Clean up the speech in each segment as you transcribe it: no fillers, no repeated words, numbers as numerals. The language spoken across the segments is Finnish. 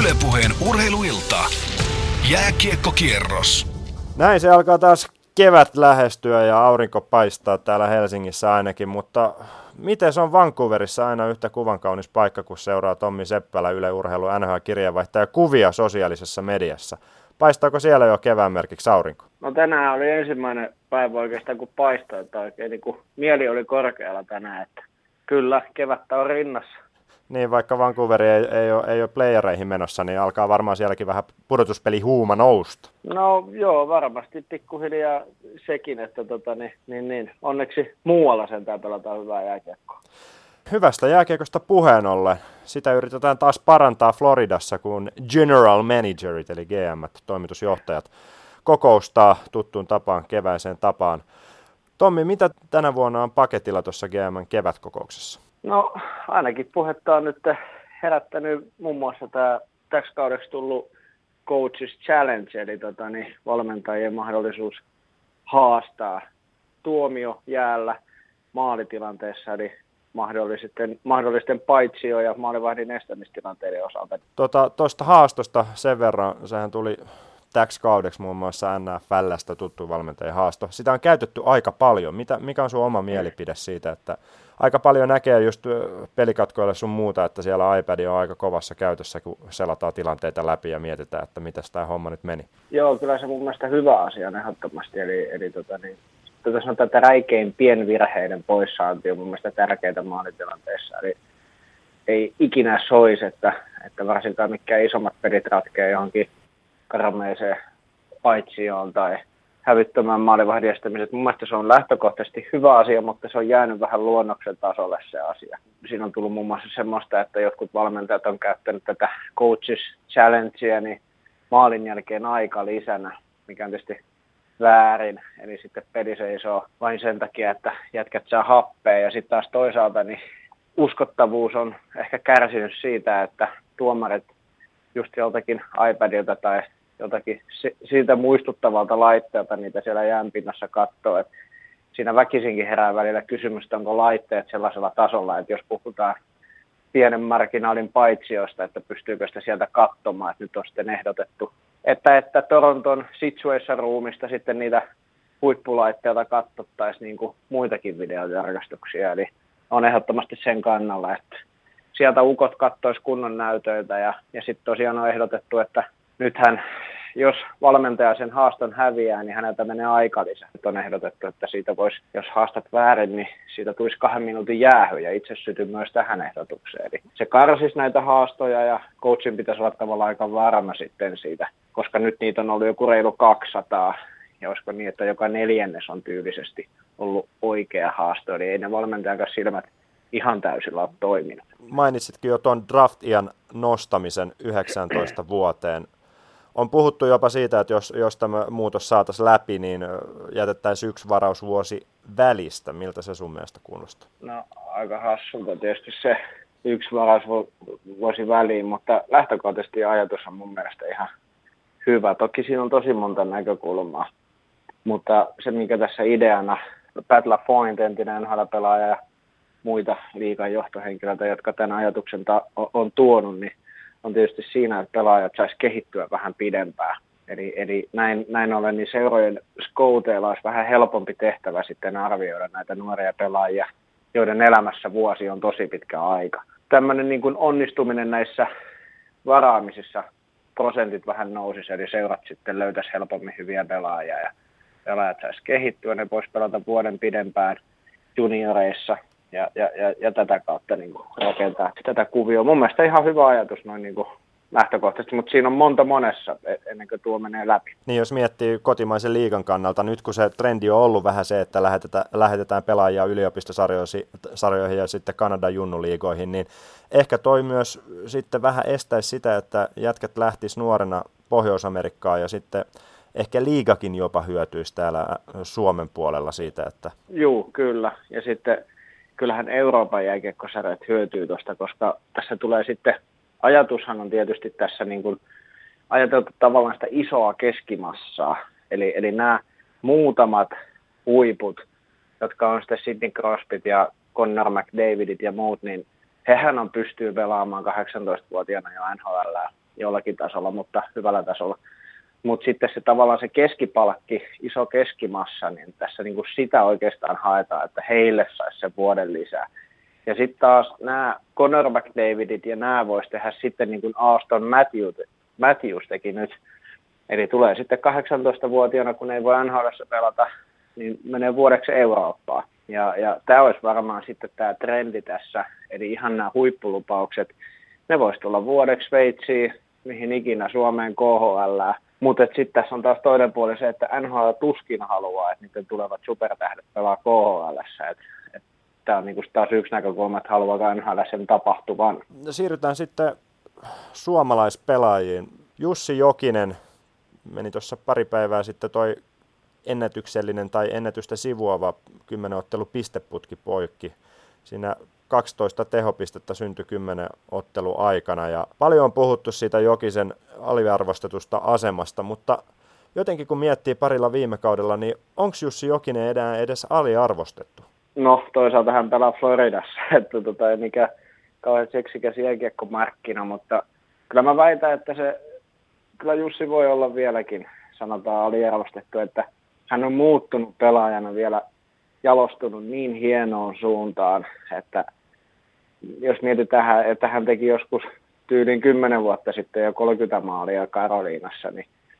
Yle Puheen urheiluilta. Jääkiekkokierros. Näin se alkaa taas kevät lähestyä ja aurinko paistaa täällä Helsingissä ainakin, mutta miten se on Vancouverissa aina yhtä kuvankaunis paikka, kun seuraa Tommi Seppälä Yle Urheilu NHL-kirjeenvaihtaja kuvia sosiaalisessa mediassa? Paistaako siellä jo kevään merkiksi aurinko? No tänään oli ensimmäinen päivä oikeastaan kun paistoi, että oikein niin kuin mieli oli korkealla tänään, että kyllä kevättä on rinnassa. Niin, vaikka Vancouver ei ole playereihin menossa, niin alkaa varmaan sielläkin vähän pudotuspelihuuma nousta. No joo, varmasti pikkuhiljaa sekin, että onneksi muualla sentään pelataan hyvää jääkiekkoa. Hyvästä jääkiekosta puheen ollen. Sitä yritetään taas parantaa Floridassa, kun general managerit eli GM, toimitusjohtajat, kokoustaa tuttuun tapaan, keväiseen tapaan. Tommi, mitä tänä vuonna on paketilla tuossa GM:n kevätkokouksessa? No ainakin puhetta on nyt herättänyt muun muassa täksi kaudeksi tullut Coaches Challenge, eli valmentajien mahdollisuus haastaa tuomio jäällä maalitilanteessa, eli mahdollisten paitsio- ja maalivahdin estämistilanteiden osalta. Tuosta haastosta sen verran, sehän tuli täksi kaudeksi muun muassa NFL:stä tuttu valmentajien haasto. Sitä on käytetty aika paljon. Mikä on sun oma mielipide siitä, että aika paljon näkee just pelikatkoille sun muuta, että siellä iPad on aika kovassa käytössä, kun selataan tilanteita läpi ja mietitään, että miten tämä homma nyt meni? Joo, kyllä se mun mielestä hyvä asia on ehdottomasti. Eli sanotaan, että räikein pienvirheiden poissaanti on mun mielestä tärkeää maalitilanteessa. Eli ei ikinä soisi, että varsinkaan mikään isommat pelit ratkeaa johonkin karmeeseen paitsioon tai hävyttömään maalivahdin estämiset. Mun mielestä se on lähtökohtaisesti hyvä asia, mutta se on jäänyt vähän luonnoksen tasolle se asia. Siinä on tullut muun muassa semmoista, että jotkut valmentajat on käyttänyt tätä Coaches Challengea niin maalin jälkeen aika lisänä, mikä on tietysti väärin. Eli sitten peli seisoo vain sen takia, että jätkät saa happea ja sitten taas toisaalta niin uskottavuus on ehkä kärsinyt siitä, että tuomarit just joltakin iPadilta tai joltakin siitä muistuttavalta laitteelta niitä siellä jäänpinnassa katsoo. Että siinä väkisinkin herää välillä kysymys, että onko laitteet sellaisella tasolla, että jos puhutaan pienen marginaalin paitsiosta, että pystyykö sitä sieltä katsomaan, että nyt on sitten ehdotettu, että Toronton Situation Roomista sitten niitä huippulaitteita katsottaisiin niin kuin muitakin videotarkastuksia. Eli on ehdottomasti sen kannalla, että sieltä ukot kattoisi kunnon näytöitä ja sitten tosiaan on ehdotettu, että nythän jos valmentaja sen haaston häviää, niin häneltä menee aikalisä. Nyt on ehdotettu, että siitä voisi, jos haastat väärin, niin siitä tulisi 2 minuutin jäähy ja itse sytyn myös tähän ehdotukseen. Eli se karsisi näitä haastoja ja coachin pitäisi olla tavallaan aika varma sitten siitä, koska nyt niitä on ollut joku reilu 200 ja olisiko niin, että joka 4. on tyylisesti ollut oikea haasto, eli ei ne valmentajan kanssa silmät ihan täysillä ole toiminut. Mainitsitkin jo tuon draft-iän nostamisen 19 vuoteen. On puhuttu jopa siitä, että jos tämä muutos saataisiin läpi, niin jätettäisiin 1 varausvuosi välistä. Miltä se sun mielestä kuulostaa? No aika hassulta tietysti se 1 varausvuosi väliin, mutta lähtökohtaisesti ajatus on mun mielestä ihan hyvä. Toki siinä on tosi monta näkökulmaa, mutta se mikä tässä ideana, Pat LaFointe, entinen NHL-pelaaja ja muita liigan johtohenkilöitä, jotka tämän ajatuksen on tuonut, niin on tietysti siinä, että pelaajat saisi kehittyä vähän pidempään. Eli näin ollen niin seurojen scouteilla olisi vähän helpompi tehtävä sitten arvioida näitä nuoria pelaajia, joiden elämässä vuosi on tosi pitkä aika. Tämmöinen niin kuin onnistuminen näissä varaamisissa prosentit vähän nousisi, eli seurat sitten löytäisi helpommin hyviä pelaajia ja pelaajat saisi kehittyä, ne voisi pelata vuoden pidempään junioreissa. Ja tätä kautta niin kuin rakentaa tätä kuvioa. Mun mielestä ihan hyvä ajatus noin niin kuin lähtökohtaisesti, mutta siinä on monessa ennen kuin tuo menee läpi. Niin jos miettii kotimaisen liigan kannalta, nyt kun se trendi on ollut vähän se, että lähetetään pelaajia yliopistosarjoihin ja sitten Kanadan junnuliigoihin, niin ehkä toi myös sitten vähän estäisi sitä, että jätkät lähtis nuorena Pohjois-Amerikkaan ja sitten ehkä liigakin jopa hyötyisi täällä Suomen puolella siitä, että... Juu, kyllä. Ja sitten kyllähän Euroopan jääkiekkosarjat hyötyy tuosta, koska tässä tulee sitten, ajatushan on tietysti tässä niin kuin ajateltu tavallaan sitä isoa keskimassaa. Eli nämä muutamat huiput, jotka on sitten Sidney Crosbyt ja Connor McDavidit ja muut, niin hehän pystyy pelaamaan 18-vuotiaana jo NHL jollakin tasolla, mutta hyvällä tasolla. Mutta sitten se tavallaan se keskipalkki, iso keskimassa, niin tässä niin kuin sitä oikeastaan haetaan, että heille saisi sen vuoden lisää. Ja sitten taas nämä Connor McDavidit ja nämä voisi tehdä sitten niin kuin Auston Matthews teki nyt. Eli tulee sitten 18-vuotiaana, kun ei voi NHL:ssä pelata, niin menee vuodeksi Eurooppaan. Ja tämä olisi varmaan sitten tämä trendi tässä, eli ihan nämä huippulupaukset, ne voisi tulla vuodeksi Sveitsiin, mihin ikinä Suomeen, KHL. Mutta sitten tässä on taas toinen puoli se, että NHL tuskin haluaa, että niiden tulevat supertähdet pelaa KHL:ssä. Tämä on niinku taas yksi näkökulma, että haluaa NHL sen tapahtuvan. Siirrytään sitten suomalaispelaajiin. Jussi Jokinen meni tuossa pari päivää sitten toi ennätyksellinen tai ennätystä sivuava 10 ottelu pisteputki poikki. Siinä 12 tehopistettä syntyi 10 ottelu aikana ja paljon on puhuttu siitä Jokisen aliarvostetusta asemasta, mutta jotenkin kun miettii parilla viime kaudella, niin onko Jussi Jokinen edes aliarvostettu? No toisaalta hän pelaa Floridassa, että ei mikään kauhean seksikäs jääkiekkomarkkina, mutta kyllä mä väitän, että kyllä Jussi voi olla vieläkin, sanotaan aliarvostettu, että hän on muuttunut pelaajana vielä, jalostunut niin hienoon suuntaan, että jos mietitään, että hän teki joskus tyylin 10 vuotta sitten jo 30 maalia Karoliinassa,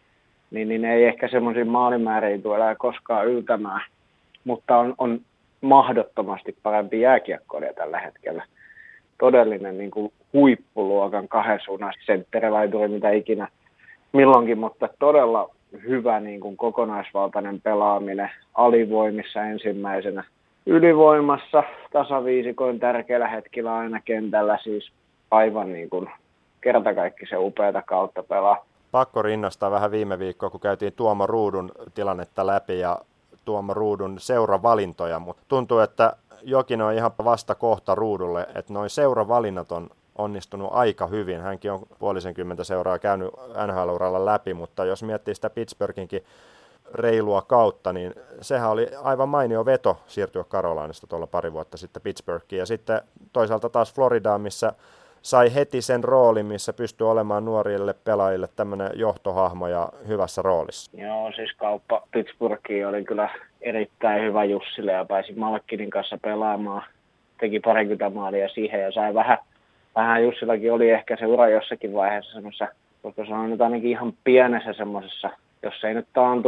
niin ei ehkä semmoisia maalimääriä tule koskaan yltämään, mutta on mahdottomasti parempi jääkiekkoilija tällä hetkellä. Todellinen niin kuin huippuluokan 2 suunnan sentterilaituri, mitä ikinä milloinkin, mutta todella hyvä niin kuin kokonaisvaltainen pelaaminen alivoimissa ensimmäisenä. Ylivoimassa tasaviisikoin tärkeillä hetkillä aina kentällä, siis aivan niin kuin kertakaikkisen upeata kautta pelaa. Pakko rinnastaa vähän viime viikkoa, kun käytiin Tuomo Ruudun tilannetta läpi ja Tuomo Ruudun seuravalintoja, mutta tuntuu, että Jokinen on ihan vasta kohta Ruudulle, että noin seuravalinnat on onnistunut aika hyvin. Hänkin on 50 seuraa käynyt NHL-uralla läpi, mutta jos miettii sitä Pittsburghinkin reilua kautta, niin sehän oli aivan mainio veto siirtyä Carolinasta tuolla pari vuotta sitten Pittsburghiin. Ja sitten toisaalta taas Floridaan, missä sai heti sen roolin, missä pystyy olemaan nuorille pelaajille tämmöinen johtohahmo ja hyvässä roolissa. Joo, siis kauppa Pittsburghiin oli kyllä erittäin hyvä Jussille ja pääsi Malkkinin kanssa pelaamaan. Teki 20 maalia siihen ja sai vähän Jussillakin oli ehkä se ura jossakin vaiheessa semmoisessa, koska se on nyt ainakin ihan pienessä semmoisessa, jos ei nyt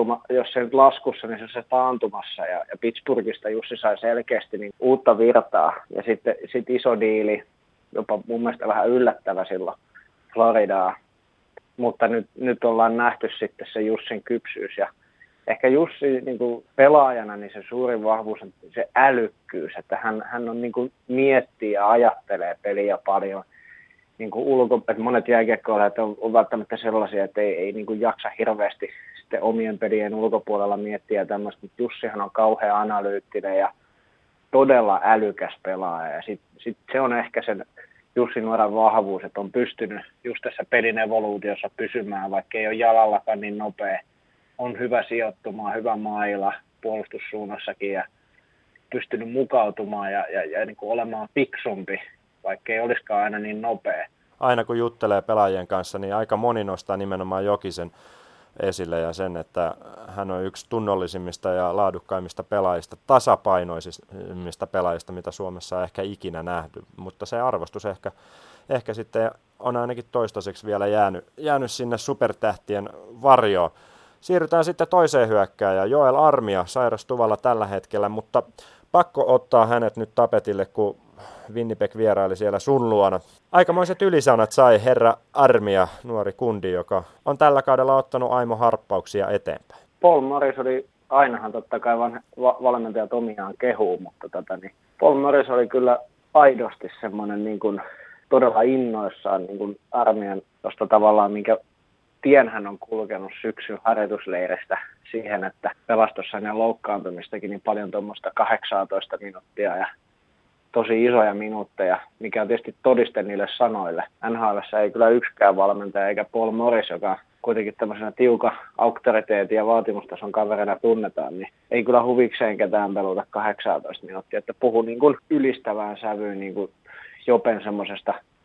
laskussa, niin se taantumassa. Ja Pittsburghista Jussi sai selkeästi niin uutta virtaa. Ja sitten iso diili, jopa mun mielestä vähän yllättävä silloin Floridaa. Mutta nyt ollaan nähty sitten se Jussin kypsyys. Ja ehkä Jussi niin kuin pelaajana, niin se suurin vahvuus on se älykkyys, että hän on niin kuin miettii ja ajattelee peliä paljon. Niin kuin että monet jääkiekkoilijat on välttämättä sellaisia, että ei niin kuin jaksa hirveästi sitten omien pelien ulkopuolella miettiä tämmöistä, mutta Jussihan on kauhean analyyttinen ja todella älykäs pelaaja. Ja sit se on ehkä sen Jussin nuoren vahvuus, että on pystynyt just tässä pelin evoluutiossa pysymään, vaikka ei ole jalallakaan niin nopea. On hyvä sijoittumaan, hyvä maila puolustussuunnassakin ja pystynyt mukautumaan ja niin kuin olemaan fiksumpi, vaikka ei olisikaan aina niin nopea. Aina kun juttelee pelaajien kanssa, niin aika moni nostaa nimenomaan Jokisen esille ja sen, että hän on yksi tunnollisimmista ja laadukkaimmista pelaajista, tasapainoisimmista pelaajista, mitä Suomessa on ehkä ikinä nähty. Mutta se arvostus ehkä sitten on ainakin toistaiseksi vielä jäänyt sinne supertähtien varjoon. Siirrytään sitten toiseen hyökkääjään. Joel Armia sairastuvalla tällä hetkellä, mutta pakko ottaa hänet nyt tapetille, kun Winnipeg vieraili siellä sun luona. Aikamoiset ylisanat sai herra Armia, nuori kundi, joka on tällä kaudella ottanut aimo harppauksia eteenpäin. Paul Morris oli ainahan totta kai valmentajat omiaan kehuu, mutta Paul Morris oli kyllä aidosti semmoinen niin kuin todella innoissaan niin kuin Armian tuosta tavallaan, minkä tien hän on kulkenut syksyn harjoitusleirestä siihen, että pelasi hänen loukkaantumistakin niin paljon tuommoista 18 minuuttia ja tosi isoja minuutteja, mikä on tietysti todiste niille sanoille. NHL:ssä ei kyllä yksikään valmentaja eikä Paul Morris, joka kuitenkin tämmöisenä tiukan auktoriteetin ja vaatimustason kaverina tunnetaan, niin ei kyllä huvikseen ketään peluta 18 minuuttia, että puhuu niin kuin ylistävään sävyyn niin kuin Jopen semmoisesta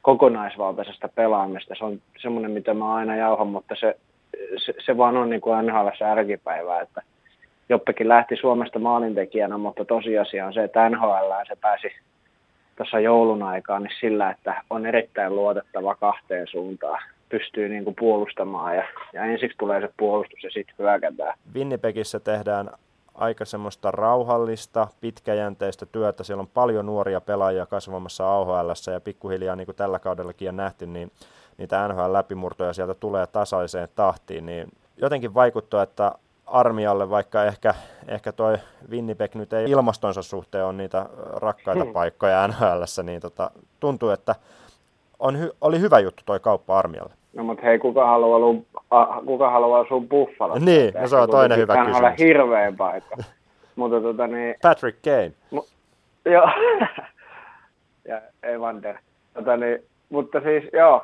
kokonaisvaltaisesta pelaamista. Se on semmoinen, mitä mä aina jauhan, mutta se vaan on niin kuin NHL:ssä arkipäivää, että Joppekin lähti Suomesta maalintekijänä, mutta tosiasia on se, että NHL se pääsi tuossa joulun aikaan niin sillä, että on erittäin luotettava kahteen suuntaan. Pystyy niin kuin puolustamaan ja ensiksi tulee se puolustus ja sitten hyökätään. Winnipegissä tehdään aika semmoista rauhallista, pitkäjänteistä työtä. Siellä on paljon nuoria pelaajia kasvamassa AHL:ssä ja pikkuhiljaa, niin kuin tällä kaudellakin on nähty, niin niitä NHL-läpimurtoja sieltä tulee tasaiseen tahtiin. Niin jotenkin vaikuttaa, että armialle, vaikka ehkä toi Winnipeg nyt ei ilmastonsa suhteen ole niitä rakkaita paikkoja NHL:ssä, niin tuntuu, että oli hyvä juttu toi kauppa armialle. No mutta hei, kuka haluaa asua Buffalossa? Niin, no se on toinen hyvä kysymys. Tämä on hirveä paikka. Mutta Patrick Kane. Joo, ja Evander. Mutta siis joo,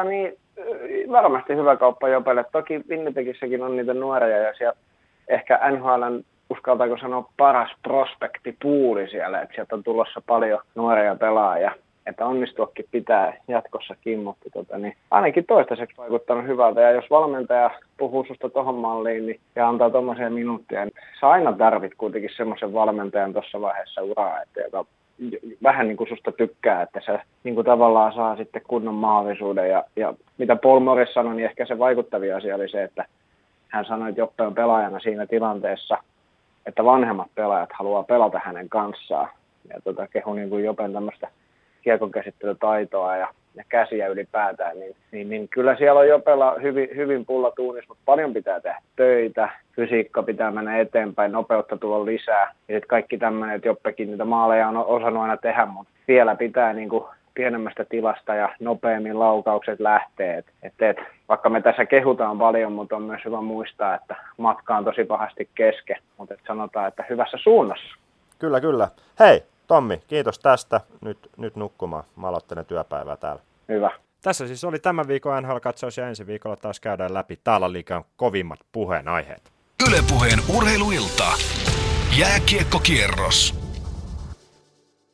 varmasti hyvä kauppa Jopelle. Toki Winnipegissäkin on niitä nuoria ja siellä ehkä NHL:n, uskaltaako sanoa, paras prospektipuuli siellä, että sieltä on tulossa paljon nuoria pelaajia. Että onnistuakin pitää jatkossakin, mutta ainakin toistaiseksi vaikuttanut hyvältä. Ja jos valmentaja puhuu susta tohon malliin ja antaa tommoisia minuuttia, niin sä aina tarvit kuitenkin semmoisen valmentajan tuossa vaiheessa uraa, että joka vähän niin kuin susta tykkää, että se niin kuin tavallaan saa sitten kunnon mahdollisuuden. Ja mitä Paul Morris sanoi, niin ehkä se vaikuttavia asia oli se, että hän sanoi, että Joppe on pelaajana siinä tilanteessa, että vanhemmat pelaajat haluaa pelata hänen kanssaan. Ja kehu niin kuin Jopen tämmöistä kiekonkäsittelytaitoa ja käsiä ylipäätään, niin kyllä siellä on Jopella hyvin pullatuunis, mutta paljon pitää tehdä töitä, fysiikka pitää mennä eteenpäin, nopeutta tulla lisää. Ja sitten kaikki tämmöinen, että Joppekin niitä maaleja on osannut aina tehdä, mutta vielä pitää niin kuin pienemmästä tilasta ja nopeammin laukaukset lähtee. Vaikka me tässä kehutaan paljon, mutta on myös hyvä muistaa, että matka on tosi pahasti kesken, mutta sanotaan, että hyvässä suunnassa. Kyllä. Hei! Tommi, kiitos tästä. Nyt nukkumaan. Mä aloittelen työpäivää täällä. Hyvä. Tässä siis oli tämän viikon NHL-katsaus ja ensi viikolla taas käydään läpi Taalan-liigan kovimmat puheenaiheet. Yle Puheen urheiluilta. Jääkiekkokierros.